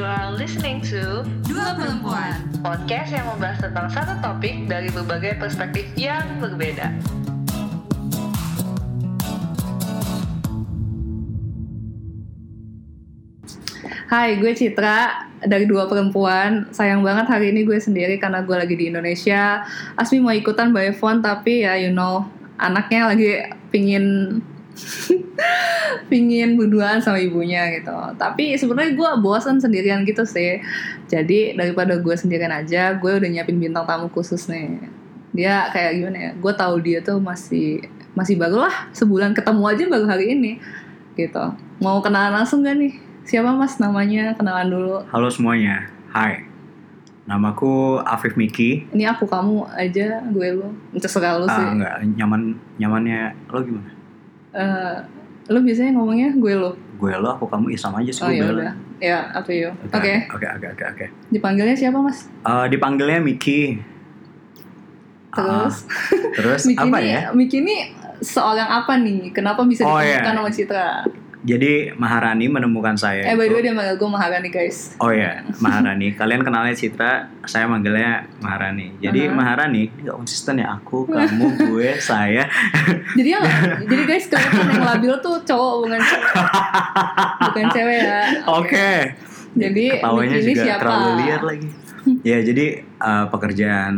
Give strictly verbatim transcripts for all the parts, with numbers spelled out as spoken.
You are listening to Dua Perempuan, podcast yang membahas tentang satu topik dari berbagai perspektif yang berbeda. Hai, gue Citra dari Dua Perempuan. Sayang banget hari ini gue sendiri karena gue lagi di Indonesia. Asmi mau ikutan by phone tapi ya you know, anaknya lagi pingin pingin berduaan sama ibunya gitu. Tapi sebenarnya gue bosan sendirian gitu sih. Jadi daripada gue sendirian aja, gue udah nyiapin bintang tamu khusus nih. Dia kayak gimana ya? Gue tahu dia tuh masih masih baru lah, sebulan ketemu aja baru hari ini gitu. Mau kenalan langsung gak nih? Siapa mas namanya? Kenalan dulu. Halo semuanya, hai. Namaku Afif Miki. Ini aku kamu aja, gue lu. Terserah lu sih. Ah, enggak, nyaman nyamannya lo gimana? Uh, lu biasanya ngomongnya gue lu. Gue lo, aku kamu, isam aja sih. Oh ya udah. Ya, apa yo? Oke. Oke, oke, oke, oke. Dipanggilnya siapa mas? Uh, dipanggilnya Miki. Terus? Uh, terus Miki apa ini, ya? Miki ini seorang apa nih? Kenapa bisa Oh, ditemukan iya. sama Citra? Jadi Maharani menemukan saya. Eh by the itu- way dia manggil gue Maharani guys. Oh ya, Maharani. Kalian kenalnya Citra, saya manggilnya Maharani. Jadi Uh-huh. Maharani nggak konsisten ya, aku, kamu, gue, saya. Jadi ya, jadi guys kelihatan yang labil tuh cowok bukan cewek. Bukan cewek ya. Oke. Jadi Ketawanya Miki ini juga siapa? terlalu liar lagi. Ya jadi uh, pekerjaan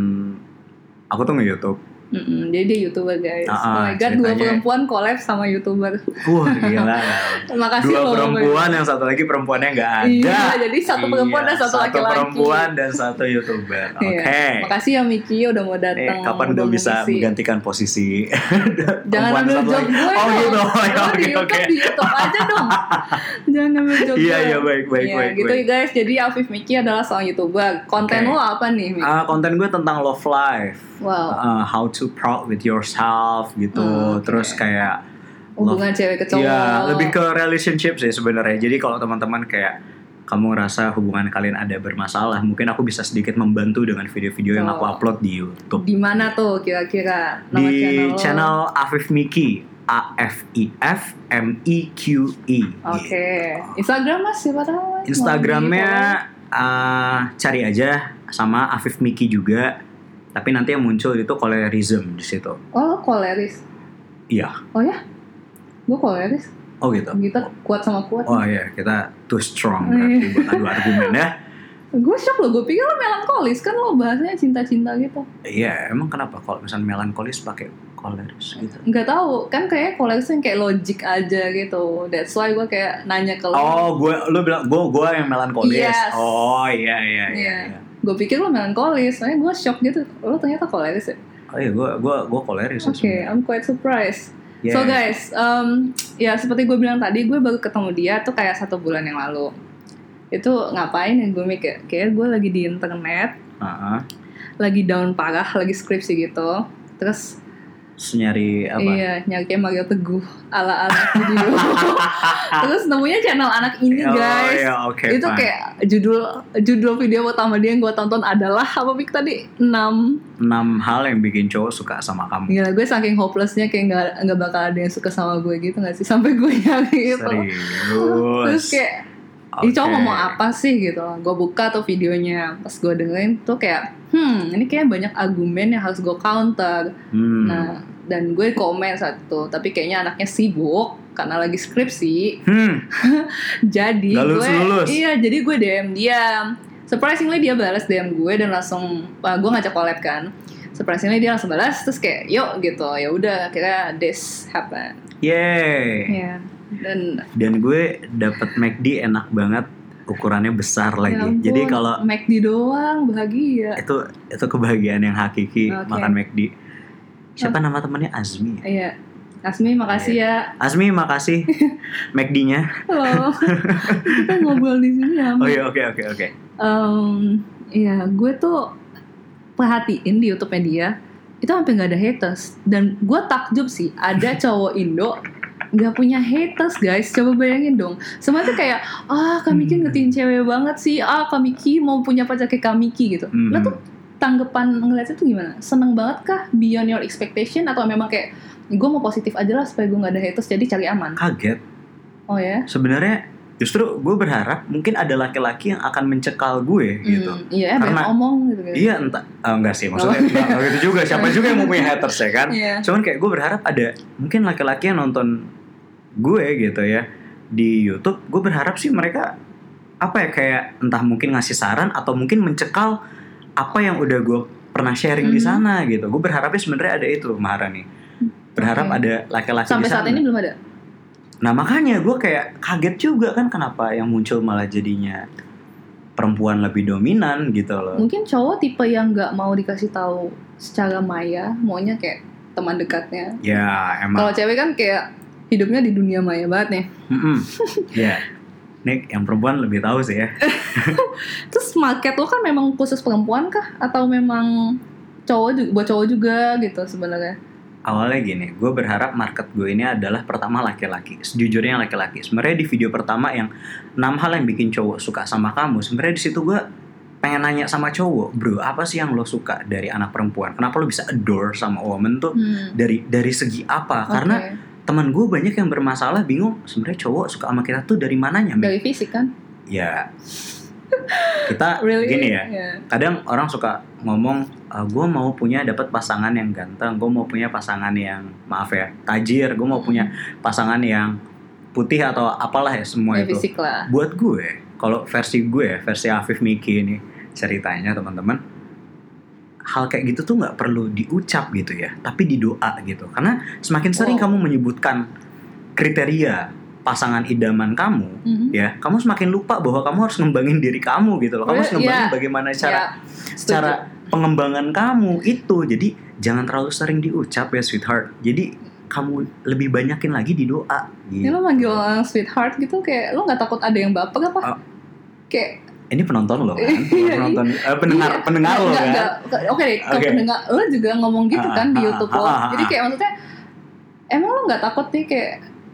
aku tuh nge-YouTube. Mm-mm, jadi dia YouTuber guys. Ah, ah, Oh my god, dua ceritanya- perempuan collab sama YouTuber. Wah gila. Makasih Dua loh. perempuan, yang satu lagi perempuannya nggak ada. Iya, jadi satu perempuan dan satu laki-laki. Satu perempuan dan satu YouTuber. Oke. Iya. Makasih ya Miki udah mau Eh, datang. kapan udah gue mau bisa ngisi. menggantikan posisi? Jangan perempuan ambil satu job lagi? gue Oh dong. gitu. Oh, ya, Lu oke di YouTube, oke. di YouTube aja dong. Jangan ambil job Iya, gue. iya, baik, baik, Iya, baik, gitu baik. ya guys. Jadi Afif Miki adalah seorang YouTuber. Konten Oke. lo apa nih, Miki? Ah, konten gue tentang love life. Wow. Uh, how to proud with yourself gitu. Hmm, oke. Terus kayak Hubungan love- cewek ke cowok. Iya, lebih ke relationship sih sebenarnya. Jadi kalau teman-teman kayak kamu ngerasa hubungan kalian ada bermasalah, mungkin aku bisa sedikit membantu dengan video-video yang aku Oh. upload di YouTube. Di mana tuh kira-kira nama Di channel lo? channel Afif Miki, A F I F M I Q I. Oke. Instagram mas siapa tahu? Mas, Instagramnya mau uh, cari aja sama Afif Miki juga. Tapi nanti yang muncul itu kolerism di situ. di-follow. Oh, koleris. Iya. Oh ya? Gue koleris. Oh gitu. Kita kuat sama kuat. Oh iya, kita too strong Iya. berarti buat adu argumen ya. Gue shock loh, gue pikir lo melankolis. Kan lo bahasanya cinta-cinta gitu. Iya, emang kenapa kalau misalnya melankolis pakai koleris gitu? Nggak tahu, kan kayak koleris yang kayak logik aja gitu. That's why gue kayak nanya ke lo. Oh, gue lu bilang gue gue yang melankolis. Yes. Oh iya iya iya. Iya. iya. Gue pikir lo melankolis, soalnya gue shock gitu. Lo ternyata koleris ya? Oh iya, gue gue gue koleris. Oke, okay, I'm quite surprised. Yeah. So guys, um, ya seperti gue bilang tadi, gue baru ketemu dia tuh kayak satu bulan yang lalu. Itu ngapain ya gue mikir, kayak gue lagi di internet, Uh-huh. lagi down parah, lagi skripsi gitu. Terus Terus nyari apa? iya, nyari kayak Mario Teguh ala-ala video. Terus nemunya channel anak ini Oh, guys. iya, oke, Itu fine. kayak judul judul video pertama dia yang gue tonton adalah apa Pik tadi? enam. enam hal yang bikin cowok suka sama kamu. Gila, gue saking hopelessnya kayak nggak nggak bakal ada yang suka sama gue gitu nggak sih, sampai gue nyari itu. Serius. Terus kayak ini cowok Oke. ngomong apa sih gitu. Gue buka tuh videonya, pas gue dengerin tuh kayak hmm ini kayak banyak argumen yang harus gue counter. Hmm. Nah dan gue komen satu, tapi kayaknya anaknya sibuk karena lagi skripsi. Hmm. Jadi Nggak gue lulus-lulus. iya jadi gue D M dia. Surprisingly dia balas D M gue dan langsung uh, gue ngajak collab kan. Surprisingly dia langsung balas terus kayak yuk gitu. Ya udah akhirnya this happen. Yeay. Iya. Dan Dan gue dapet McD enak banget, ukurannya besar lagi. ya ampun, Jadi kalau McD doang bahagia. itu itu kebahagiaan yang hakiki Oke. makan McD. Siapa nama temannya? Azmi. Iya. Asmi makasih ya. Azmi makasih McD-nya. Halo. Kita ngobrol di sini ya. Oh iya oke oke oke. Um, iya, gue tuh perhatiin di YouTube-nya dia itu hampir nggak ada haters dan gue takjub sih ada cowok Indo nggak punya haters guys. Coba bayangin dong, semua tuh kayak ah Kamiki ngetiin cewek banget sih, ah Kamiki mau punya pacar kayak Kamiki gitu. Hmm. Lo tuh tanggapan ngeliatnya tuh gimana? Seneng banget kah? Beyond your expectation atau memang kayak gue mau positif aja lah supaya gue nggak ada haters jadi cari aman? Kaget. Oh ya? Sebenarnya justru gue berharap mungkin ada laki-laki yang akan mencekal gue gitu. Hmm, iya, Karena banyak omong gitu, gitu. Iya entah, oh, enggak sih maksudnya enggak, enggak gitu juga. Siapa juga yang mau punya haters ya kan? Iya. Cuman kayak gue berharap ada mungkin laki-laki yang nonton gue gitu ya di YouTube. Gue berharap sih mereka apa ya kayak entah mungkin ngasih saran atau mungkin mencekal apa yang udah gue pernah sharing Hmm. di sana gitu. Gue berharapnya sebenarnya ada itu Maharani. Berharap Oke. ada laki-laki Sampai di sana. saat ini belum ada. Nah makanya gue kayak kaget juga kan kenapa yang muncul malah jadinya perempuan lebih dominan gitu loh. Mungkin cowok tipe yang nggak mau dikasih tahu secara maya, maunya kayak teman dekatnya. Ya emang. Kalau cewek kan kayak hidupnya di dunia maya banget nih. Mm-mm. Ya, Nick yang perempuan lebih tahu sih ya. Terus market lo kan memang khusus perempuan kah? Atau memang cowok juga, buat cowok juga gitu sebenarnya? Awalnya gini, gue berharap market gue ini adalah pertama laki-laki. Sejujurnya laki-laki. Sebenarnya di video pertama yang enam hal yang bikin cowok suka sama kamu, sebenarnya di situ gue pengen nanya sama cowok, bro, apa sih yang lo suka dari anak perempuan? Kenapa lo bisa adore sama woman tuh? Hmm. Dari dari segi apa? Oke. Karena teman gue banyak yang bermasalah, bingung sebenarnya cowok suka sama kita tuh dari mananya? Dari fisik kan? Ya, kita Really? gini ya. Yeah. Kadang orang suka ngomong, e, gue mau punya dapat pasangan yang ganteng, gue mau punya pasangan yang maaf ya tajir, gue mau punya pasangan yang putih atau apalah ya semua Ya, itu. fisik lah. Buat gue, kalau versi gue, versi Afif Miki ini ceritanya teman-teman, hal kayak gitu tuh nggak perlu diucap gitu ya, tapi didoa gitu. Karena semakin sering Wow. kamu menyebutkan kriteria pasangan idaman kamu, Mhm. ya, kamu semakin lupa bahwa kamu harus ngembangin diri kamu gitu loh. Kamu harus Iya. ngembangin bagaimana cara Ya, setuju. cara pengembangan kamu itu. Jadi jangan terlalu sering diucap ya sweetheart. Jadi kamu lebih banyakin lagi di doa. Ini Gitu. lo manggil orang sweetheart gitu kayak lo nggak takut ada yang baper apa? Oh. Kayak Ini penonton lo kan, Iya, penonton eh, pendengar iya. pendengar lo Nggak, kan. nggak. Oke deh, ke Oke. pendengar lo juga ngomong gitu Ah, kan di ah, YouTube ah, lo. ah, ah, Jadi ah. kayak maksudnya emang lo nggak takut nih kayak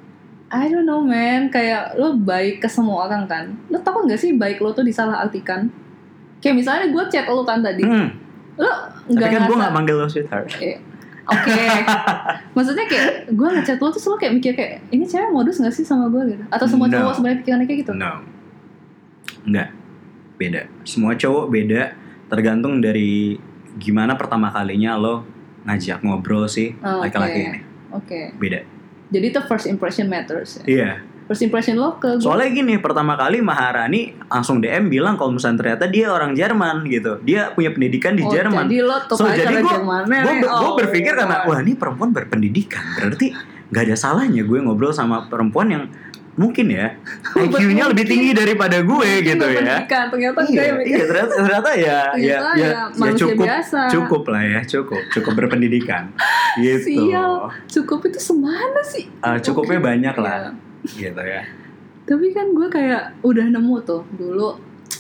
I don't know man, kayak lo baik ke semua orang kan. Lo takut nggak sih baik lo tuh disalahartikan? Kayak misalnya gue chat lo kan tadi, Hmm, lo tapi nggak kan gue ngerasa- nggak manggil lo sweetheart. Eh, Oke, maksudnya kayak gue ngechat lo terus lo kayak mikir kayak ini cewek modus nggak sih sama gue gitu? Atau semua No. cowok sebenarnya pikirannya kayak gitu? No, enggak, beda. Semua cowok beda, tergantung dari gimana pertama kalinya lo ngajak ngobrol sih Oh, laki-laki oke. ini. Oke, Beda. jadi itu first impression matters. Ya? Iya. First impression lo ke gue. Soalnya gini, pertama kali Maharani langsung D M bilang kalau misalnya ternyata dia orang Jerman gitu. Dia punya pendidikan di Oh, Jerman. jadi lo tuh So jadi pacaran gue Jermannya gue nih. Oh, berpikir karena wow. wah ini perempuan berpendidikan, berarti nggak ada salahnya gue ngobrol sama perempuan yang mungkin ya I Q-nya lebih tinggi daripada gue gitu ya. Pendidikan, ternyata Iya, enggak ya. iya ternyata, ternyata ya, ya, Ternyata ya, ya manusia cukup, biasa. cukup lah ya, cukup, cukup berpendidikan, gitu. Sial, cukup itu semana sih? Uh, cukupnya Oke. banyak lah, Iya. gitu ya. Tapi kan gue kayak udah nemu tuh dulu,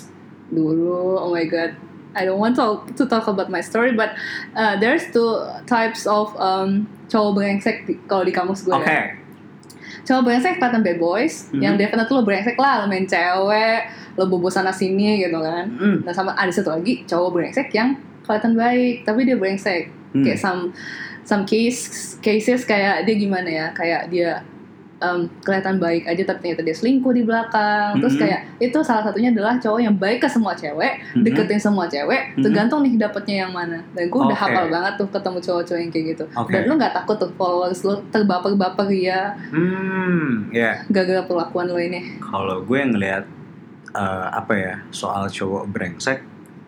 dulu, oh my god, I don't want to to talk about my story, but uh, there's two types of um, cowok brengsek di, kalau di kamus gue. Oke, Ya. Cowok brengsek kelihatan bad boys, Mhm. yang definitely lo brengsek lah, lo main cewek, lo bobo sana sini gitu kan. Mm. Nah sama ada satu lagi cowok brengsek yang kelihatan baik, tapi dia brengsek. Hmm. Kayak some some case cases kayak dia gimana ya, kayak dia um, kelihatan baik aja tapi ternyata dia selingkuh di belakang. Terus Mhm. kayak itu salah satunya adalah cowok yang baik ke semua cewek, Mhm. deketin semua cewek, Mhm. tergantung nih dapetnya yang mana. Dan gue udah Oke. hafal banget tuh ketemu cowok-cowok yang kayak gitu. Oke. Dan lu nggak takut tuh followers lu terbaper-baper ya Hmm, ya. gara-gara perlakuan lo ini? Kalau gue ngelihat uh, apa ya soal cowok brengsek,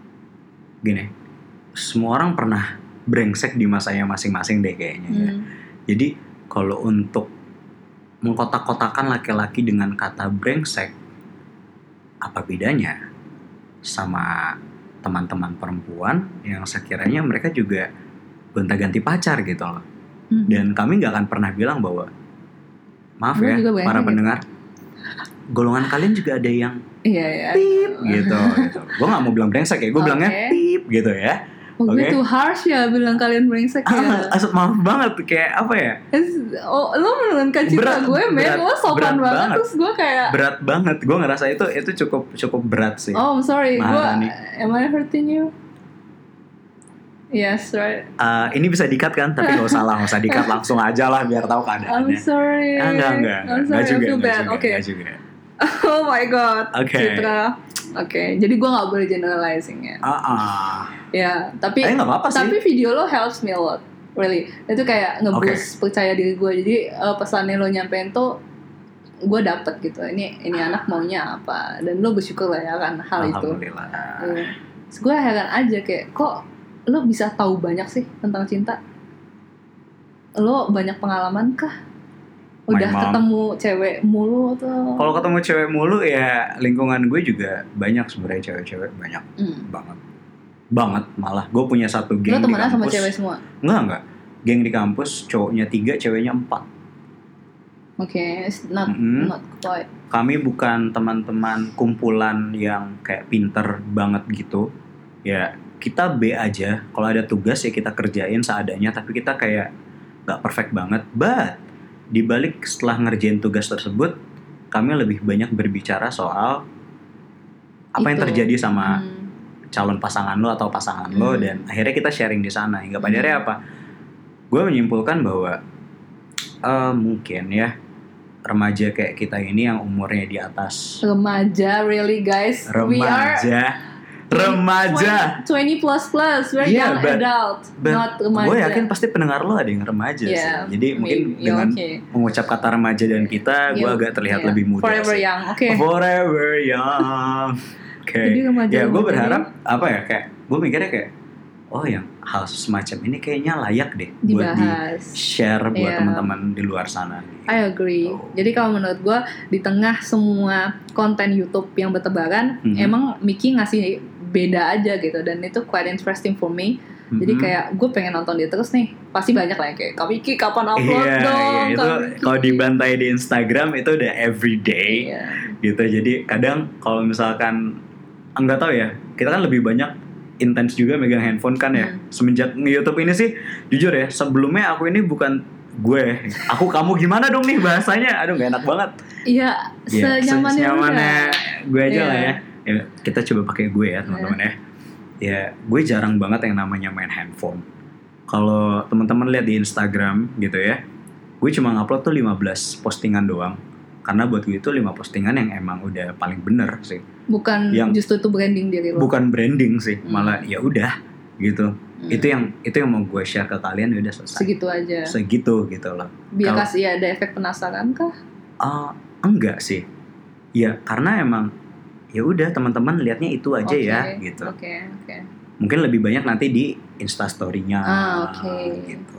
gini, semua orang pernah brengsek di masanya masing-masing deh kayaknya. Ya. Hmm. Jadi kalau untuk mengkotak-kotakan laki-laki dengan kata brengsek, apa bedanya sama teman-teman perempuan yang sekiranya mereka juga gonta-ganti pacar gitu loh. Hmm. Dan kami nggak akan pernah bilang bahwa maaf Lu ya juga brengsek para gitu. pendengar, golongan kalian juga ada yang Iya ya. pip gitu. gitu. Gue nggak mau bilang brengsek ya, gue Oke. bilangnya pip gitu ya. Oh, gue Oke. tuh harsh ya bilang kalian brengsek ya. Ah, asal maaf banget kayak apa ya? Oh, lo menurunkan cinta Berat, gue, men. berat, Lo sopan berat banget. banget. Terus gue kayak, Berat banget. Gue ngerasa itu itu cukup cukup berat sih. oh, I'm sorry. Gue, Maharani. am I hurting you? Yes, right. Uh, ini bisa dikat kan? Tapi nggak usah lah, nggak usah dikat langsung aja lah biar tahu I'm keadaannya. sorry. Ah, enggak enggak I'm enggak, sorry. enggak juga, I feel enggak bad. juga, Oke. enggak juga. Oh my god. Oke. Citra. Oke, jadi gue nggak boleh generalizing ya. Ah, ah. Ya, tapi Eh, nggak apa-apa sih. tapi video lo helps me a lot, really. Itu kayak nge-boost percaya diri gue. Jadi uh, pesannya lo nyampein tuh gue dapet gitu. Ini ini anak maunya apa, dan lo bersyukur lah ya kan hal itu. Alhamdulillah. Uh, gue heran aja kayak kok lo bisa tahu banyak sih tentang cinta. Lo banyak pengalaman kah? Udah My mom. ketemu cewek mulu atau? Kalau ketemu cewek mulu ya lingkungan gue juga banyak sebenarnya cewek-cewek banyak Hmm. banget. Banget malah. Gue punya satu geng Lo di temenan sama kampus. cewek semua? Enggak, enggak. Geng di kampus cowoknya tiga, ceweknya empat. Oke, okay, it's not Mm-hmm. not quite. Kami bukan teman-teman kumpulan yang kayak pinter banget gitu. Ya kita B aja. Kalau ada tugas ya kita kerjain seadanya. Tapi kita kayak gak perfect banget. But dibalik setelah ngerjain tugas tersebut, kami lebih banyak berbicara soal apa yang Itu. terjadi sama Hmm. calon pasangan lo atau pasangan lo, Hmm. dan akhirnya kita sharing di sana. Hingga pada akhirnya Hmm. apa? Gue menyimpulkan bahwa uh, mungkin ya remaja kayak kita ini yang umurnya di atas Remaja, really guys? We are remaja, remaja. twenty plus plus, we're Yeah, young but- adult, But not remaja. gue yakin pasti pendengar lo ada yang remaja Yeah, sih. Jadi mungkin maybe, dengan okay. mengucap kata remaja dan kita, gue Yeah, agak terlihat yeah. lebih muda Forever sih. young, oke. Forever young. Oke. Jadi remaja Ya gue remaja berharap apa ya kayak gue mikirnya kayak oh yang hal semacam ini kayaknya layak deh buat di Dibahas. share buat Yeah. teman-teman di luar sana. I agree. Oh. Jadi kalau menurut gue di tengah semua konten YouTube yang bertebaran, Mhm. emang Miki ngasih beda aja gitu, dan itu quite interesting for me. Jadi Mhm. kayak gue pengen nonton dia terus nih. Pasti banyak lah yang kayak Kak Miki kapan upload Iya, dong? iya, itu Kak Miki." kalau dibantai di Instagram itu udah everyday Iya. gitu. Jadi kadang kalau misalkan enggak tahu ya, kita kan lebih banyak intens juga megang handphone kan ya. Hmm. Semenjak nge-YouTube ini sih jujur ya, sebelumnya aku ini bukan gue, aku kamu gimana dong nih bahasanya. Aduh gak enak banget. Iya, Ya, senyamannya senyamannya udah. gue aja Iya. lah ya. Ya, kita coba pakai gue ya teman-teman ya. Ya, gue jarang banget yang namanya main handphone. Kalau teman-teman lihat di Instagram gitu ya, gue cuma ngupload tuh lima belas postingan doang. Karena buat gue itu lima postingan yang emang udah paling bener sih. Bukan Yang- justru itu branding diri lo. Bukan branding sih, Hmm. malah ya udah gitu. Hmm. Itu yang itu yang mau gue share ke kalian ya udah selesai. Segitu aja. Segitu gitu loh. Biar Kalau- kasih ada efek penasaran kah? Ah, enggak sih. Ya karena emang ya udah teman-teman lihatnya itu aja Oke, ya gitu. Oke, oke. Mungkin lebih banyak nanti di Instastory-nya Ah, oke. gitu.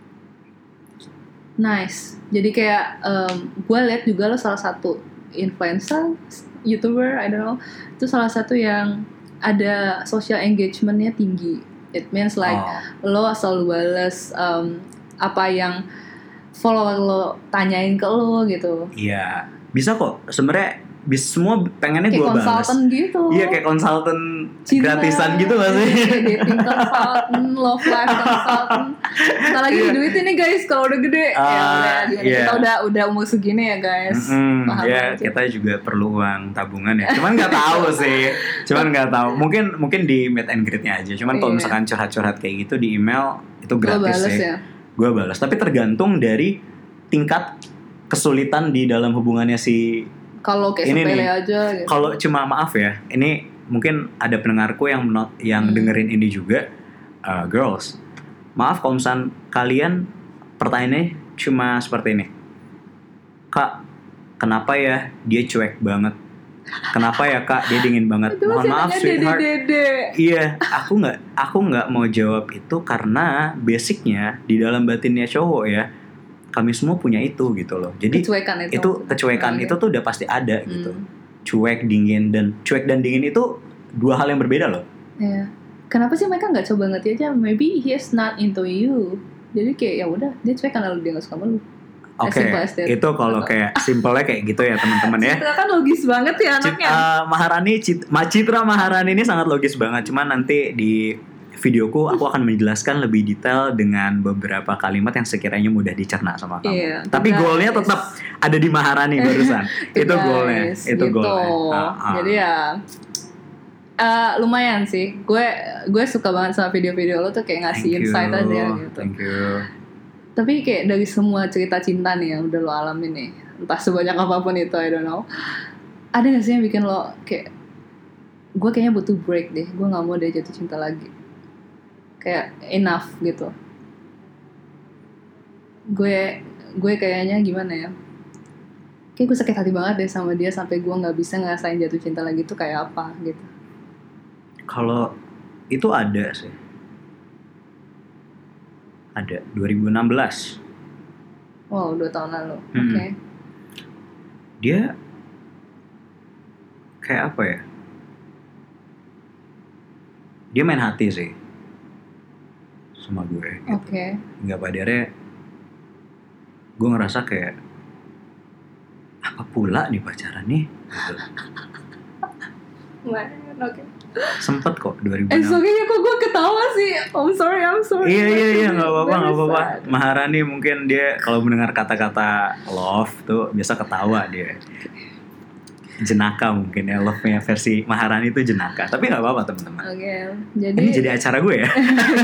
Nice. Jadi kayak um, gue lihat juga lo salah satu influencer, YouTuber, I don't know. Itu salah satu yang ada social engagement-nya tinggi. It means like Oh, lo selalu balas um, apa yang follower lo tanyain ke lo gitu. iya. Bisa kok. Sebenarnya bis semua pengennya gue Kayak balas. konsultan gitu. Iya kayak konsultan Cinta. gratisan gitu gak sih? Iya, dating consultant, love life consultant. Ntar lagi Iya. duit ini guys kalau udah gede. ya Ah, udah, gimana? iya. Kita udah udah umur segini ya guys. Mm-mm, Paham ya aja. kita juga perlu uang tabungan ya. Cuman nggak tahu sih. Cuman nggak tahu. Mungkin mungkin di meet and greet-nya aja. Cuman kalau Iya. misalkan curhat-curhat kayak gitu di email itu Lo gratis bales sih. ya. Gue balas. Tapi tergantung dari tingkat kesulitan di dalam hubungannya si. Kalau kayak Ini sepele nih, aja gitu. Kalau cuma maaf ya, ini mungkin ada pendengarku yang menot, yang Hmm. dengerin ini juga, uh, girls. Maaf kalau misalkan kalian pertanyaannya cuma seperti ini. Kak, kenapa ya dia cuek banget? Kenapa ya kak dia dingin banget? Itu Mohon masih maaf nanya sweetheart. dede-dede. Iya, aku nggak aku nggak mau jawab itu karena basicnya di dalam batinnya cowok ya, kami semua punya itu gitu loh. Jadi Kecuekan itu. itu kecuekan Oke. itu tuh udah pasti ada gitu. Hmm. Cuek, dingin, dan cuek dan dingin itu dua hal yang berbeda loh. Iya. Kenapa sih mereka nggak coba ngerti aja? Maybe he is not into you. Jadi kayak ya udah dia cuek karena dia nggak suka sama lu. As Oke, simple as that. itu kalau kayak simpelnya kayak gitu ya teman-teman ya. Citra kan logis banget ya Cit- anaknya. uh, Maharani, Cit- Ma Citra Maharani ini sangat logis banget. Cuman nanti di videoku aku akan menjelaskan lebih detail dengan beberapa kalimat yang sekiranya mudah dicerna sama kamu. Iya, Tapi guys. goalnya tetap ada di Maharani barusan. itu Guys, goalnya, itu gitu. goalnya. Ah, ah. Jadi ya eh, lumayan sih. Gue gue suka banget sama video-video lo tuh kayak ngasih Thank you, insight aja gitu. Thank you. Tapi kayak dari semua cerita cinta nih yang udah lo alamin nih, entah sebanyak apapun itu, I don't know. ada gak sih yang bikin lo kayak gue kayaknya butuh break deh, gue nggak mau dia jatuh cinta lagi, kayak enough gitu. Gue gue kayaknya gimana ya, kayak gue sakit hati banget deh sama dia sampai gue nggak bisa ngerasain jatuh cinta lagi tuh kayak apa gitu. Kalau itu ada sih, ada dua ribu enam belas. Wow, dua tahun lalu. Hmm. Oke. Okay. Dia kayak apa ya? Dia main hati sih sama gue. Gitu. Oke. Okay. Hingga pada akhirnya gue ngerasa kayak apa pula nih pacaran nih? Gitu. Oke. Okay. Sempet kok dua ribu enam. Eh sorry ya kok gue ketawa sih. I'm sorry, I'm sorry. Iya iya iya nggak apa-apa nggak apa-apa. Maharani mungkin dia kalau mendengar kata-kata love tuh biasa ketawa dia. Jenaka mungkin ya, love-nya versi Maharani itu jenaka. Tapi nggak apa-apa teman-teman. Oke, okay, jadi ini jadi acara gue ya.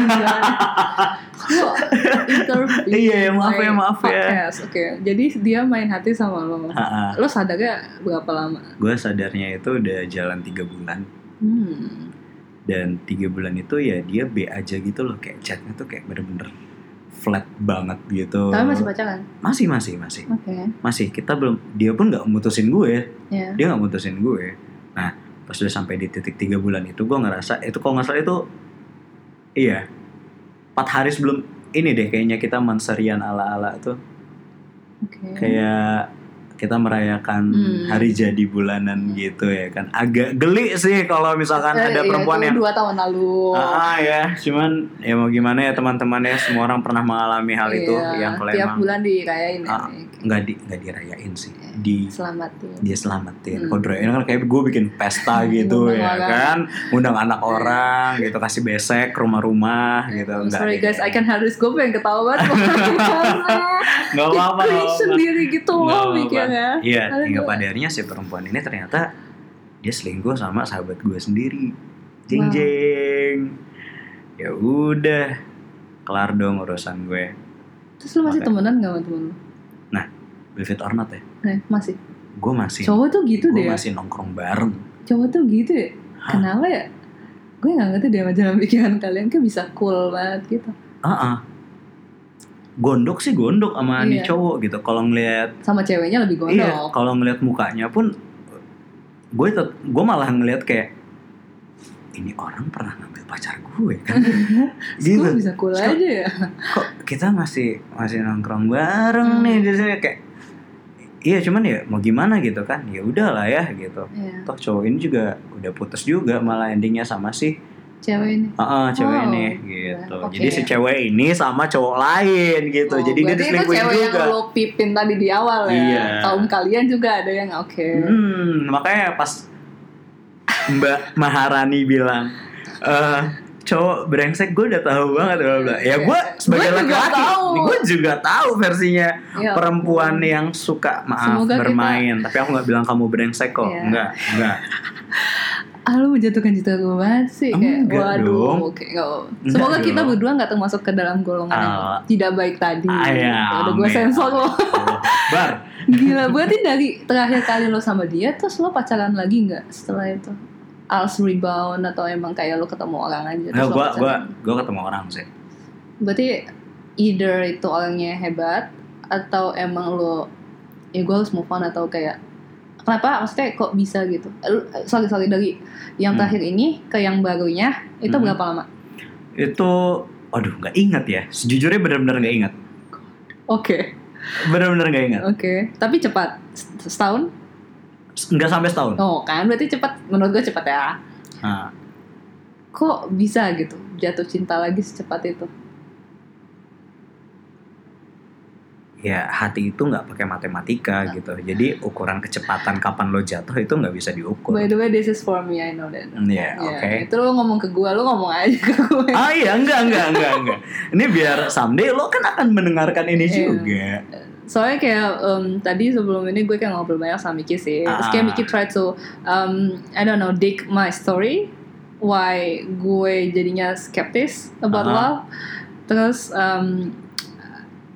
Kok interview? Iya maaf ya maaf ya. Oke, okay. Jadi dia main hati sama lo. Ha-ha. Lo sadarnya berapa lama? Gue sadarnya itu udah jalan tiga bulan. Hmm. Dan tiga bulan itu ya dia B aja gitu loh, kayak chatnya tuh kayak bener-bener flat banget gitu. Tapi masih pacaran? Masih masih masih. Oke. Okay. Masih, kita belum, dia pun nggak mutusin gue. Yeah. Dia nggak mutusin gue. Nah pas udah sampai di titik tiga bulan itu gue ngerasa itu kalau nggak salah itu iya empat hari sebelum ini deh kayaknya kita menserian ala-ala tuh. Okay. Kayak kita merayakan hmm. hari jadi bulanan gitu ya kan. Agak geli sih kalau misalkan eh, ada perempuan iya, yang dua tahun lalu. Ah ya, cuman ya mau gimana ya teman-teman ya, semua orang pernah mengalami hal iya, itu yang kalau tiap emang bulan dirayain ah, nggak di nggak dirayain sih, di selamatin. Dia selamatin. Hmm. Kalau dirayain kan kayak gue bikin pesta gitu ya orang. Kan, undang anak orang gitu, kasih besek rumah-rumah gitu. I'm sorry guys, I can harus gue pengen ketawa banget. Nggak apa-apa. Cringe sendiri gitu loh mikirnya. Iya, hingga pada akhirnya si perempuan ini ternyata dia selingkuh sama sahabat gue sendiri. Jeng jeng. Wow. Ya udah, kelar dong urusan gue. Terus lu masih temenan nggak sama temen lu? Nah, believe it or not ya. Nah, masih. Gue masih. Cowok tuh gitu gue deh. Gue masih nongkrong bareng. Cowok tuh gitu ya. Hah? Kenapa ya? Gue nggak ngerti deh jalan pikiran kalian kan bisa cool banget gitu. Ah. Uh-uh. Gondok sih gondok sama iya. nih cowok gitu. Kalau ngelihat sama ceweknya lebih gondok. Iya, kalau ngelihat mukanya pun gue tet- gue malah ngelihat kayak ini orang pernah ngambil pacar gue kan. Gitu. Kok bisa cool aja ya. Kok kita masih masih nongkrong bareng hmm. nih di sini kayak iya cuman ya mau gimana gitu kan. Ya udahlah ya gitu. Iya. Toh cowok ini juga udah putus juga malah endingnya sama si cewek ini. Heeh, uh, cewek oh, ini gitu. Okay. Jadi si cewek ini sama cowok lain gitu. Oh, jadi dia diselingkuhin juga. Berarti itu cewek yang lo pipin tadi di awal ya. Iya. Kaum kalian juga ada yang oke. Okay. Hmm, makanya pas Mbak Maharani bilang eh cowok brengsek, gue udah tahu banget bla bla. Ya gue sebagai laki-laki, gue juga tahu versinya ya, perempuan oh. yang suka maaf semoga bermain. Kita... Tapi aku nggak bilang kamu brengsek kok. Ya. Enggak, enggak. Ah lu menjatuhkan cinta gue banget sih. Kayak, waduh kayak, semoga enggak kita dong. Berdua gak termasuk ke dalam golongan uh, yang tidak baik tadi. Ya, udah gue sensor lo. Bar. Gila, berarti dari terakhir kali lo sama dia terus lo pacaran lagi gak setelah itu? Als rebound atau emang kayak lo ketemu orang aja? Nah, gue gue gue ketemu orang sih. Berarti either itu orangnya hebat atau emang lo ya gue harus move on atau kayak kenapa maksudnya kok bisa gitu? Sorry sorry dari yang terakhir hmm. ini ke yang barunya itu hmm. berapa lama? Itu, aduh nggak ingat ya. Sejujurnya benar-benar nggak ingat. Oke. Okay. Benar-benar nggak ingat. Oke. Okay. Tapi cepat. Setahun? Nggak sampai setahun. Oh kan, berarti cepat. Menurut gue cepat ya. Nah. Kok bisa gitu jatuh cinta lagi secepat itu? Ya hati itu nggak pakai matematika nah. gitu. Jadi ukuran kecepatan kapan lo jatuh itu nggak bisa diukur. By the way, this is for me, I know that. Iya, yeah, oke. Okay. Itu lo ngomong ke gue, lo ngomong aja ke gue. Ah iya, enggak, enggak, enggak, enggak. Ini biar someday lo kan akan mendengarkan ini yeah. juga. Soalnya kayak um, tadi sebelum ini gue kayak ngobrol banyak sama Miki sih. Ah. Terus kayak Miki try to, um, I don't know, dig my story. Why gue jadinya skeptis about uh-huh. love. Terus, um,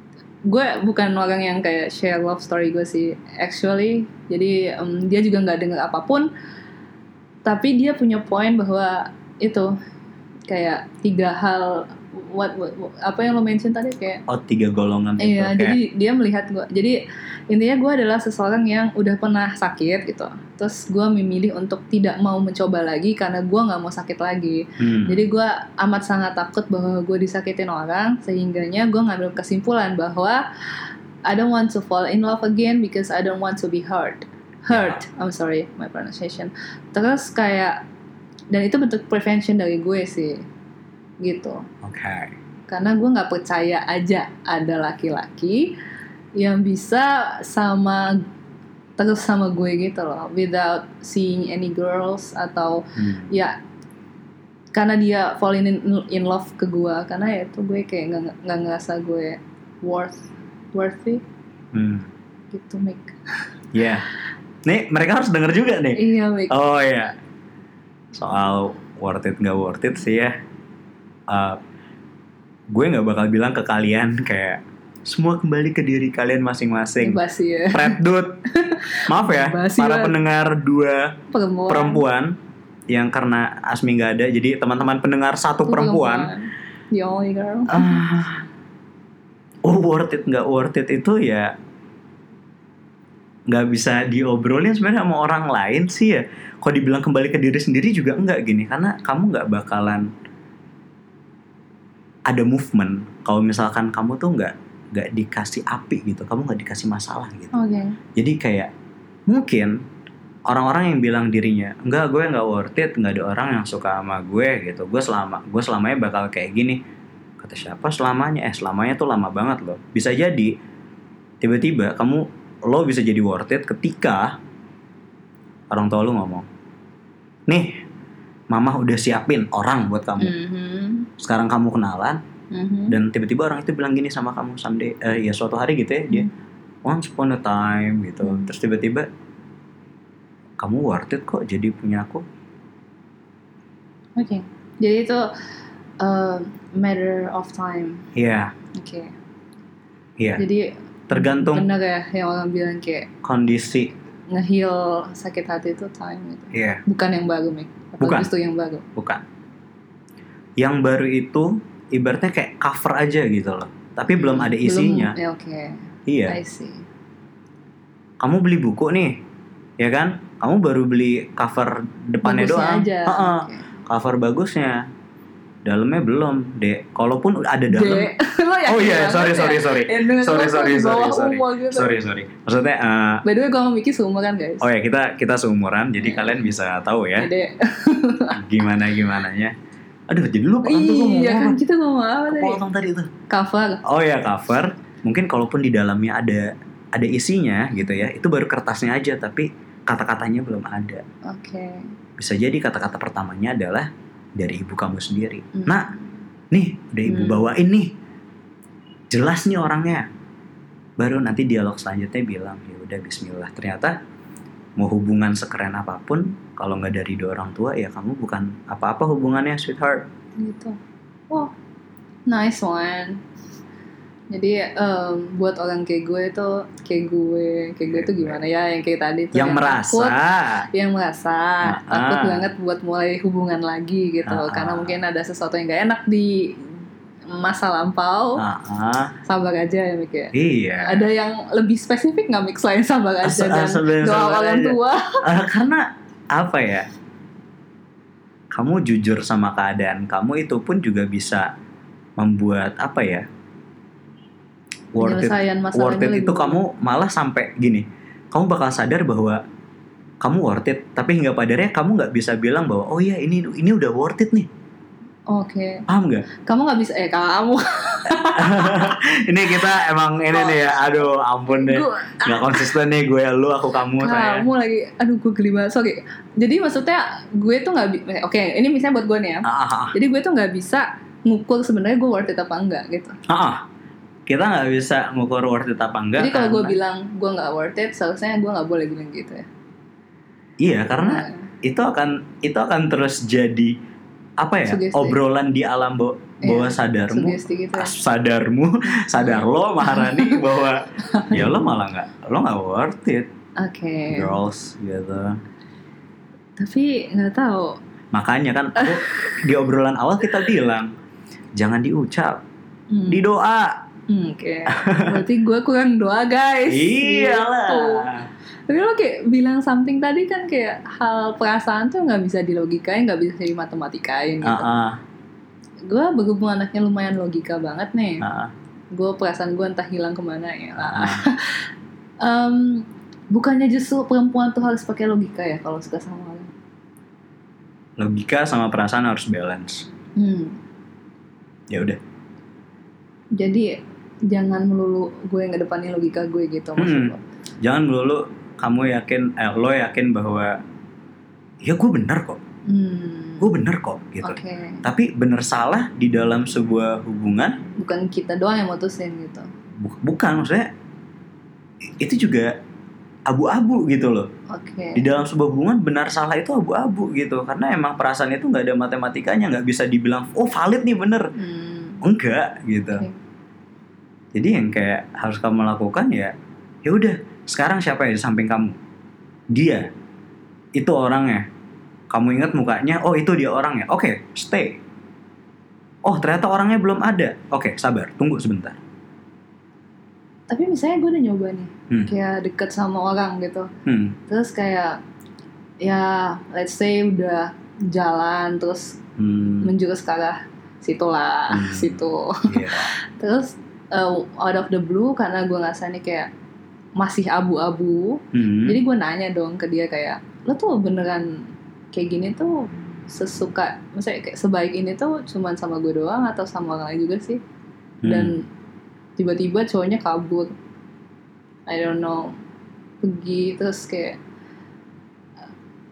gue bukan orang yang kayak share love story gue sih actually. Jadi um, dia juga nggak dengar apapun, tapi dia punya poin bahwa itu kayak tiga hal what, what, what apa yang lo mention tadi kayak oh tiga golongan itu. iya, kayak, jadi dia melihat gue. Jadi intinya gue adalah seseorang yang udah pernah sakit gitu. Terus gue memilih untuk tidak mau mencoba lagi karena gue nggak mau sakit lagi. hmm. Jadi gue amat sangat takut bahwa gue disakitin orang, sehingganya gue ngambil kesimpulan bahwa I don't want to fall in love again because I don't want to be hurt. Hurt, I'm sorry my pronunciation. Terus kayak, dan itu bentuk prevention dari gue sih, gitu. Oke. Okay. Karena gue nggak percaya aja ada laki-laki yang bisa sama terus sama gue gitu loh, without seeing any girls atau hmm. ya karena dia fall in, in love ke gue, karena ya itu gue kayak nggak nggak ngerasa gue worth worthy hmm. gitu, Mik. Iya. Yeah. Nih mereka harus denger juga nih. Iya, Mik. Oh iya. Soal worth it nggak worth it sih ya. Uh, gue nggak bakal bilang ke kalian kayak semua kembali ke diri kalian masing-masing. Basi ya. Fred Dude. Maaf ya Basi para banget. pendengar dua Perempuan. perempuan yang karena Asmi nggak ada, jadi teman-teman pendengar satu perempuan. The only girl. Uh, oh worth it nggak worth it itu ya nggak bisa diobrolin sebenarnya sama orang lain sih ya. Kalau dibilang kembali ke diri sendiri juga enggak gini, karena kamu nggak bakalan ada movement kalau misalkan kamu tuh nggak nggak dikasih api gitu, kamu nggak dikasih masalah gitu. Okay. Jadi kayak mungkin orang-orang yang bilang dirinya enggak, gue nggak worth it, nggak ada orang yang suka sama gue gitu, gue selama gue selamanya bakal kayak gini. Kata siapa selamanya? Eh selamanya tuh lama banget loh. Bisa jadi tiba-tiba kamu lo bisa jadi worth it ketika orang tua lo ngomong, nih mama udah siapin orang buat kamu. Mm-hmm. Sekarang kamu kenalan. Mm-hmm. Dan tiba-tiba orang itu bilang gini sama kamu someday, eh, ya suatu hari gitu ya, mm-hmm. dia once upon a time gitu. Mm-hmm. Terus tiba-tiba kamu worth it kok jadi punya aku. Oke. Okay. Jadi itu uh, matter of time. Iya. Yeah. Oke. Okay. Iya. Yeah. Jadi tergantung benar ya yang orang bilang kayak kondisi nge-heal sakit hati itu time gitu. Iya. Yeah. Bukan yang baru, Mek. Atau bukan. Justru yang baru. Bukan. Yang baru itu ibaratnya kayak cover aja gitu loh. Tapi belum ada isinya. Belum, ya oke. Okay. Iya. I see. Kamu beli buku nih, ya kan? Kamu baru beli cover depannya bagusnya doang. Aja. Uh-uh. Okay. Cover bagusnya. Dalamnya belum, Dek. Kalaupun ada dalam. Dek. Oh iya, yeah, sorry sorry sorry. Ya, sorry sorry sorry sorry. Gitu. Sorry sorry. Maksudnya uh, by the way gue sama Miki seumuran guys. Oh ya, kita kita seumuran, jadi yeah. kalian bisa tahu ya. Dek. gimana gimananya. Aduh, jadi lupa kan tuh Iya kan kita ngomong apa tadi? Potong tadi tuh. Cover. Oh ya, cover. Mungkin kalaupun di dalamnya ada ada isinya gitu ya, itu baru kertasnya aja, tapi kata-katanya belum ada. Oke. Okay. Bisa jadi kata-kata pertamanya adalah dari ibu kamu sendiri. Hmm. Nah, nih udah ibu hmm. bawain nih, jelas nih orangnya. Baru nanti dialog selanjutnya bilang, ya udah Bismillah. Ternyata mau hubungan sekeren apapun, kalau nggak dari dua orang tua, ya kamu bukan apa-apa hubungannya, sweetheart. Gitu. Wow, nice one. Jadi um, buat orang kayak gue tuh, kayak gue, kayak gue tuh gimana ya, yang kayak tadi tuh yang, yang merasa, takut, yang merasa uh-uh. takut banget buat mulai hubungan lagi gitu, uh-uh. karena mungkin ada sesuatu yang gak enak di masa lampau. Uh-uh. Sabar aja ya Mik ya. Iya. Ada yang lebih spesifik nggak Mik selain sabar aja As- dan doa orang tua? Uh, karena apa ya? Kamu jujur sama keadaan kamu, itu pun juga bisa membuat apa ya? Worth it, worth it itu kamu malah sampai gini, kamu bakal sadar bahwa kamu worth it, tapi hingga padarnya kamu nggak bisa bilang bahwa oh iya ini ini udah worth it nih. Oke. Okay. Paham nggak? Kamu nggak bisa eh kamu. Ini kita emang ini oh. nih ya, aduh ampun deh, nggak konsisten nih gue lu aku kamu saya. Kamu lagi, aduh gue geli banget, sorry. Jadi maksudnya gue tuh nggak, bi- oke okay, ini misalnya buat gue nih ya. Ah. Jadi gue tuh nggak bisa ngukur sebenarnya gue worth it apa enggak gitu. Ah. Kita nggak bisa ngukur worth it apa enggak. Jadi kalau gue bilang gue nggak worth it, seharusnya gue nggak boleh bilang gitu ya. Iya, karena nah. itu akan itu akan terus jadi apa ya, Sugesti. obrolan di alam bawah, bawah Iya, sadarmu, sugesti gitu ya. ah, sadarmu, sadar lo Maharani bahwa ya lo malah nggak, lo nggak worth it, Oke. girls gitu. Tapi nggak tahu. Makanya kan aku, di obrolan awal kita bilang jangan diucap, Hmm. di doa. Hmm, Oke. Berarti gue kurang doa guys. Gitu. Iyalah. Tapi lo kayak bilang something tadi kan kayak hal perasaan tuh nggak bisa dilogikain, nggak bisa dimatematikanya gitu. Uh-uh. Gue berhubung anaknya lumayan logika banget nih. Uh-uh. Gue perasaan gue entah hilang kemana ya. Uh-uh. um, bukannya justru perempuan tuh harus pakai logika ya kalau suka sama orang? Logika sama perasaan harus balance. Hmm. Ya udah. Jadi jangan melulu gue yang ngedepanin logika gue gitu maksud Hmm. lo. Jangan melulu kamu yakin, eh, lo yakin bahwa ya gue bener kok, Hmm. gue bener kok gitu. Oke. Tapi bener salah di dalam sebuah hubungan Bukan kita doang yang mutusin gitu. bu- bukan maksudnya itu juga abu-abu gitu loh. Oke. Di dalam sebuah hubungan benar salah itu abu-abu gitu, karena emang perasaan itu nggak ada matematikanya, nggak bisa dibilang oh valid nih bener, Hmm. enggak gitu. Oke. Jadi yang kayak harus kamu lakukan ya, ya udah sekarang siapa yang di samping kamu? Dia, itu orangnya. Kamu ingat mukanya, oh itu dia orangnya. Oke, stay. Oh ternyata orangnya belum ada. Oke, sabar, tunggu sebentar. Tapi misalnya gue udah nyoba nih, Hmm. kayak deket sama orang gitu. Hmm. Terus kayak ya let's say udah jalan terus Hmm. menjurus ke arah situ lah, Hmm. situ. Iya. Terus uh, out of the blue karena gue ngerasa nih kayak masih abu-abu, Hmm. jadi gue nanya dong ke dia kayak, lo tuh beneran kayak gini tuh sesuka, maksudnya kayak sebaik ini tuh cuman sama gue doang atau sama orang lain juga sih? Dan tiba-tiba cowoknya kabur, I don't know, pergi terus kayak uh,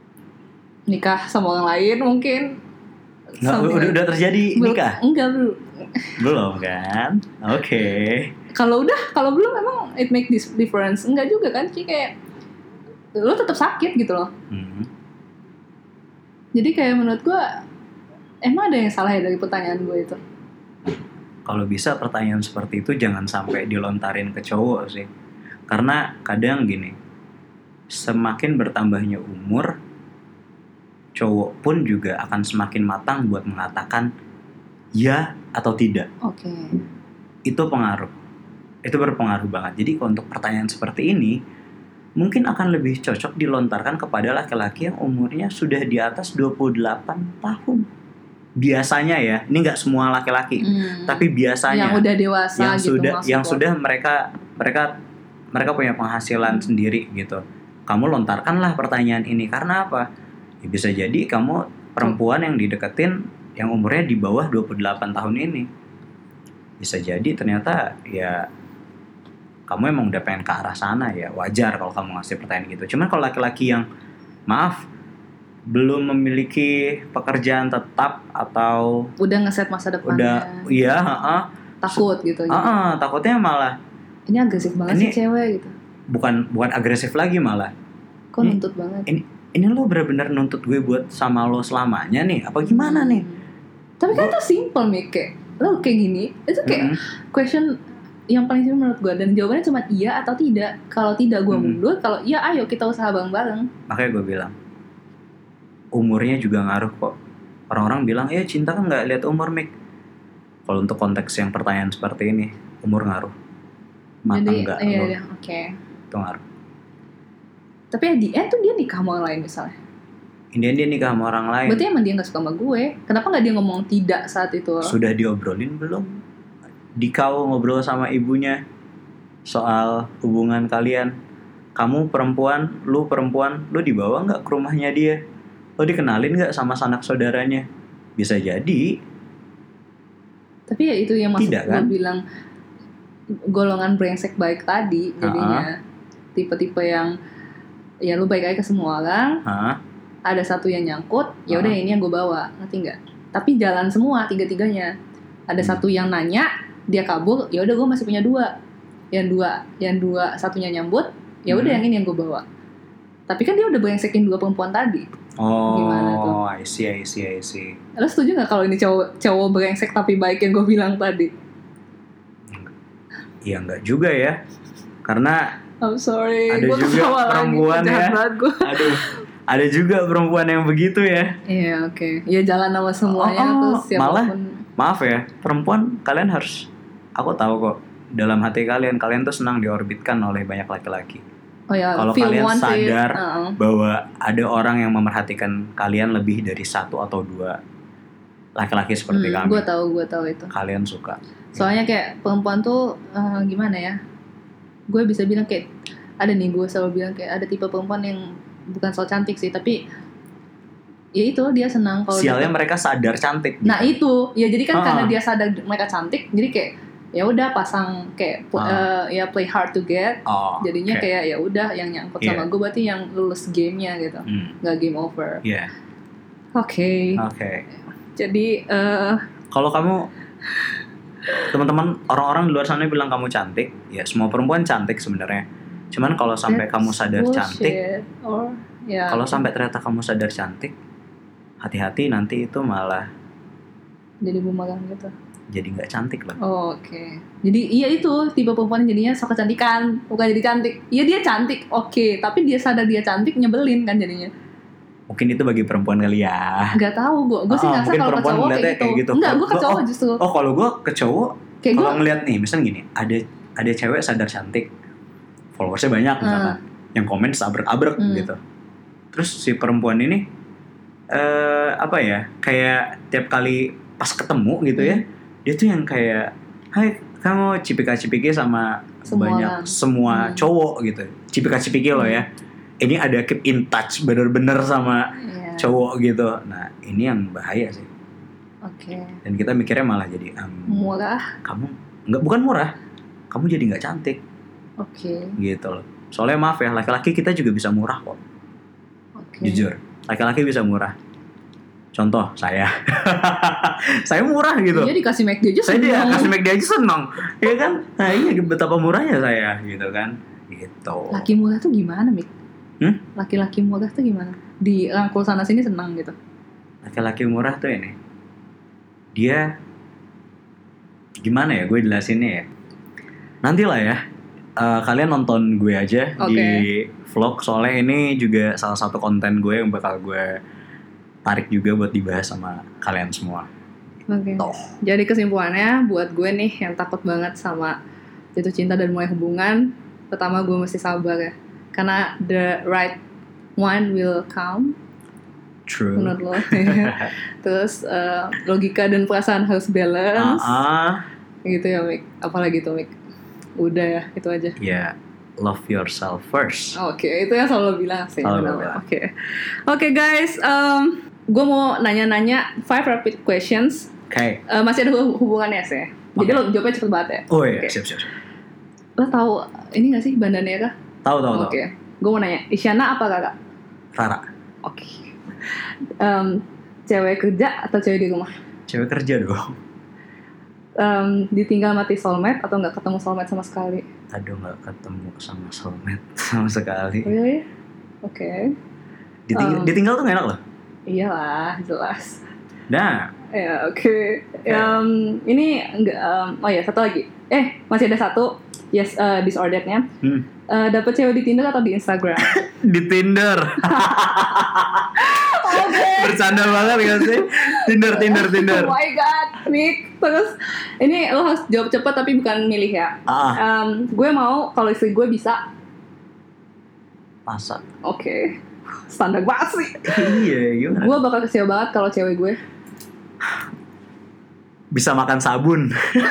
nikah sama orang lain mungkin. Nggak, Sampai- udah, udah terjadi Bel- nikah? Enggak belum. Belum kan? Oke. Kalau udah, kalau belum emang it make this difference. Enggak juga kan, sih kayak lo tetap sakit gitu loh. Hmm. Jadi kayak menurut gue emang ada yang salah ya dari pertanyaan gue itu. Kalau bisa pertanyaan seperti itu jangan sampai dilontarin ke cowok sih. Karena kadang gini, semakin bertambahnya umur, cowok pun juga akan semakin matang buat mengatakan ya atau tidak. Oke. Itu pengaruh. Itu berpengaruh banget. Jadi untuk pertanyaan seperti ini mungkin akan lebih cocok dilontarkan kepada laki-laki yang umurnya sudah di atas dua puluh delapan tahun. Biasanya ya, ini nggak semua laki-laki, Hmm. tapi biasanya yang udah dewasa yang gitu sudah maksud yang lo. sudah mereka mereka mereka punya penghasilan sendiri gitu. Kamu lontarkanlah pertanyaan ini karena apa? Ya, bisa jadi kamu perempuan yang dideketin yang umurnya di bawah dua puluh delapan tahun ini. Bisa jadi ternyata ya kamu emang udah pengen ke arah sana, ya wajar kalau kamu ngasih pertanyaan gitu. Cuman kalau laki-laki yang maaf belum memiliki pekerjaan tetap atau udah ngeset masa depannya, udah iya, heeh. takut gitu. Ah, ah, takutnya malah Ini agresif banget Ini- sih cewek gitu. bukan bukan agresif lagi malah. Kok Ini- nuntut banget. Ini ini lo bener-bener nuntut gue buat sama lo selamanya nih? Apa gimana nih? Hmm. Tapi kan itu simple nih, kayak lo kayak gini, itu kayak Mm-mm. question yang paling simpel menurut gue, dan jawabannya cuma iya atau tidak. Kalau tidak gue Hmm. mundur, kalau iya ayo kita usaha bareng-bareng. Makanya gue bilang umurnya juga ngaruh kok. Orang-orang bilang ya cinta kan nggak lihat umur, Mik. Kalau untuk konteks yang pertanyaan seperti ini, umur ngaruh. Matang Jadi nggak iya, lo, iya, oke. itu ngaruh. Tapi at the end tuh dia nikah sama orang lain misalnya. Ini dia nikah sama orang lain. Berarti emang dia gak suka sama gue. Kenapa gak dia ngomong tidak saat itu? Sudah diobrolin belum? Dikau ngobrol sama ibunya soal hubungan kalian. Kamu perempuan, lu perempuan, lu dibawa nggak ke rumahnya dia? Lu dikenalin nggak sama sanak saudaranya? Bisa jadi. Tapi ya itu yang maksud Tidak, gue kan? bilang golongan brengsek baik tadi jadinya. Tipe-tipe yang ya lu baik aja ke semua orang, Hah? ada satu yang nyangkut, ya udah Ah. ini yang gue bawa, ngerti nggak? Tapi jalan semua tiga-tiganya. Ada Hmm. satu yang nanya, dia kabur, ya udah gue masih punya dua. Yang dua, yang dua satunya nyambut, ya udah Hmm. yang ini yang gue bawa. Tapi kan dia udah brengsekin dua perempuan tadi. Gimana tuh? Oh, I see, I see, I see. Lo setuju gak kalau ini cowok cowok brengsek tapi baik yang gue bilang tadi? Iya enggak juga ya. Karena I'm sorry, ada gua juga ketawa perempuan lagi, jahat ya. banget gua. Aduh, ada juga perempuan yang begitu ya. Iya oke, okay. Ya jalan sama semuanya Oh, terus siapapun. malah maaf ya, perempuan kalian harus, aku tahu kok dalam hati kalian kalian tuh senang diorbitkan oleh banyak laki-laki. Oh ya, Kalau feel kalian one sih. sadar Uh-uh. bahwa ada orang yang memerhatikan kalian lebih dari satu atau dua laki-laki seperti Hmm, kami, gue tahu, gue tahu itu. kalian suka. Soalnya kayak perempuan tuh uh, gimana ya? Gue bisa bilang kayak ada nih, gue selalu bilang kayak ada tipe perempuan yang bukan soal cantik sih, tapi ya itu dia senang kalau Sialnya dia- mereka sadar cantik. Nah gitu. itu ya jadi kan Ah. karena dia sadar mereka cantik, jadi kayak ya udah pasang kayak Ah. uh, ya play hard to get. Oh, Jadinya oke. kayak ya udah yang nyangkut Iya. sama gue berarti yang lulus gamenya gitu, Hmm, nggak game over. iya. Oke, Oke. jadi eh, Kalau kamu, teman-teman, orang-orang di luar sana bilang kamu cantik, ya semua perempuan cantik sebenarnya. Cuman kalau sampai that's kamu sadar cantik, bullshit. Or ya kalau sampai ternyata kamu sadar cantik, hati-hati nanti itu malah jadi bumerang gitu. jadi nggak cantik loh. Oh, Oke, jadi iya itu tipe perempuan yang jadinya sok kecantikan, bukan jadi cantik. Iya dia cantik, oke, tapi dia sadar dia cantik nyebelin kan jadinya. Mungkin itu bagi perempuan kali ya. Nggak tahu gue, gue sih Ah, ngerasa mungkin kalau ke perempuan cowok ngeliatnya kayak gitu. kayak gitu. Enggak, gue ke Gua- cowok oh, justru. Oh kalau gue ke cowok, Kayak kalau gue, ngeliat nih, misalnya gini, ada ada cewek sadar cantik, followersnya banyak misalkan, yang komen sabrek-abrek Hmm. gitu. Terus si perempuan ini eh apa ya, kayak tiap kali pas ketemu gitu ya, Hmm. dia tuh yang kayak, hai kamu cipika-cipiki sama Semua banyak orang. semua Hmm. cowok gitu, cipika-cipiki loh ya. Ini ada keep in touch bener-bener sama Iya. cowok gitu. Nah ini yang bahaya sih. Oke, Dan kita mikirnya malah jadi em, murah. kamu nggak, bukan murah, kamu jadi nggak cantik Oke, gitu loh. Soalnya maaf ya, laki-laki kita juga bisa murah kok. oke. Jujur, laki-laki bisa murah. Contoh saya, saya murah gitu. Iya dikasih McD aja Saya dia seneng. kasih McD aja seneng, ya kan? Nah iya betapa murahnya saya gitu kan, gitu. Laki murah tuh gimana, Mik? Hmm? Laki-laki murah tuh gimana? Dirangkul sana sini senang gitu. Laki-laki murah tuh ini, dia gimana ya? Gue jelasinnya ya. Nantilah ya. Eh, kalian nonton gue aja Oke. di vlog, soalnya ini juga salah satu konten gue yang bakal gue tarik juga buat dibahas sama kalian semua. Oke. Toh. Jadi kesimpulannya buat gue nih yang takut banget sama jatuh cinta dan mulai hubungan, pertama gue mesti sabar ya. Karena the right one will come True. menurut lo. Terus eh, logika dan perasaan harus balance. Ah, Gitu ya, Mik. Apalagi tuh, Mik. Udah ya, itu aja. ya, love yourself first. Oke, itu yang selalu bilang sih. Selalu benar. bilang. Oke, oke guys, um, gue mau nanya-nanya five rapid questions. Oke. Uh, masih ada hub- hubungannya sih. Jadi Oke. lo jawabnya cepet banget ya. Oh iya, Oke. siap siap. siap. Lo tahu ini gak sih Bandanera? Tahu tahu tahu. Oke, gue mau nanya, Isyana apa kakak? Rara, Oke. Um, cewek kerja atau cewek di rumah? cewek kerja dong. Um, ditinggal mati soulmate atau nggak ketemu soulmate sama sekali? Aduh, nggak ketemu sama soulmate sama sekali. Oh, iya? Oke. Diting- Um. Ditinggal tuh gak enak loh. Iyalah, jelas. Nah, Ya, oke. Um, ini enggak. Um, oh ya, satu lagi. Eh, masih ada satu. Yes, uh, disorderednya. hmm. Uh, Dapat cewek di Tinder atau di Instagram? di Tinder. Oke. Bercanda banget gak sih? Tinder, Tinder, Tinder. Oh my god, Nick. Terus ini lo harus jawab cepat tapi bukan milih ya. Ah, Um, gue mau kalau istri gue bisa. masa? Oke. Standar banget sih. Iya, gimana? Gue bakal kecewa banget kalau cewek gue. Bisa makan sabun.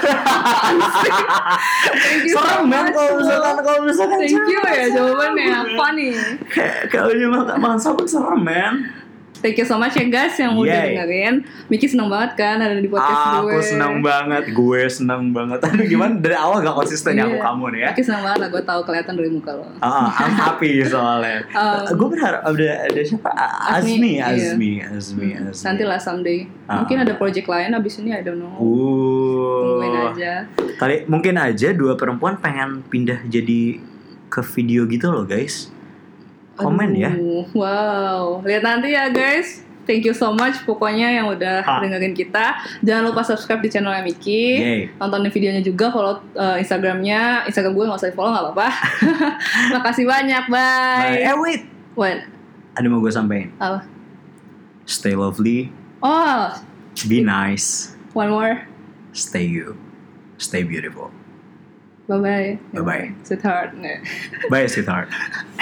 Thank you so Serem men much, kalau lo. misalkan kalau misalkan Thank you cewek ya makan jawabannya. sabun. Apa nih? Kayak kalau dia makan, makan sabun serem men. Thank you so much ya guys yang udah Yay. dengerin. Miki seneng banget kan ada di podcast gue. Aku senang banget, gue senang banget. Aduh gimana dari awal gak konsisten ya aku Iya. kamu nih ya. Miki seneng banget lah, gue tahu kelihatan dari muka lo. Ah, I'm happy soalnya. Um, gue berharap ada ada siapa? A- Azmi, Azmi, iya. Azmi, Azmi, Hmm, Azmi. Nanti lah someday. Ah. Mungkin ada project lain abis ini, I don't know. Tungguin Uh, aja. kali mungkin aja dua perempuan pengen pindah jadi ke video gitu loh guys. komen ya. Aduh, wow, lihat nanti ya guys. Thank you so much pokoknya yang udah Ha. dengerin kita. Jangan lupa subscribe di channelnya Miki. Yeay. Tontonin videonya juga, follow uh, Instagramnya. Instagram gue nggak usah di follow nggak apa-apa. Makasih banyak, bye. Bye. Eh wait, What? ada mau gue sampein. Apa? Stay lovely, Oh, be nice, one more. stay you, stay beautiful. Bye bye. Bye bye. Sweetheart. Nggak. Bye sweetheart.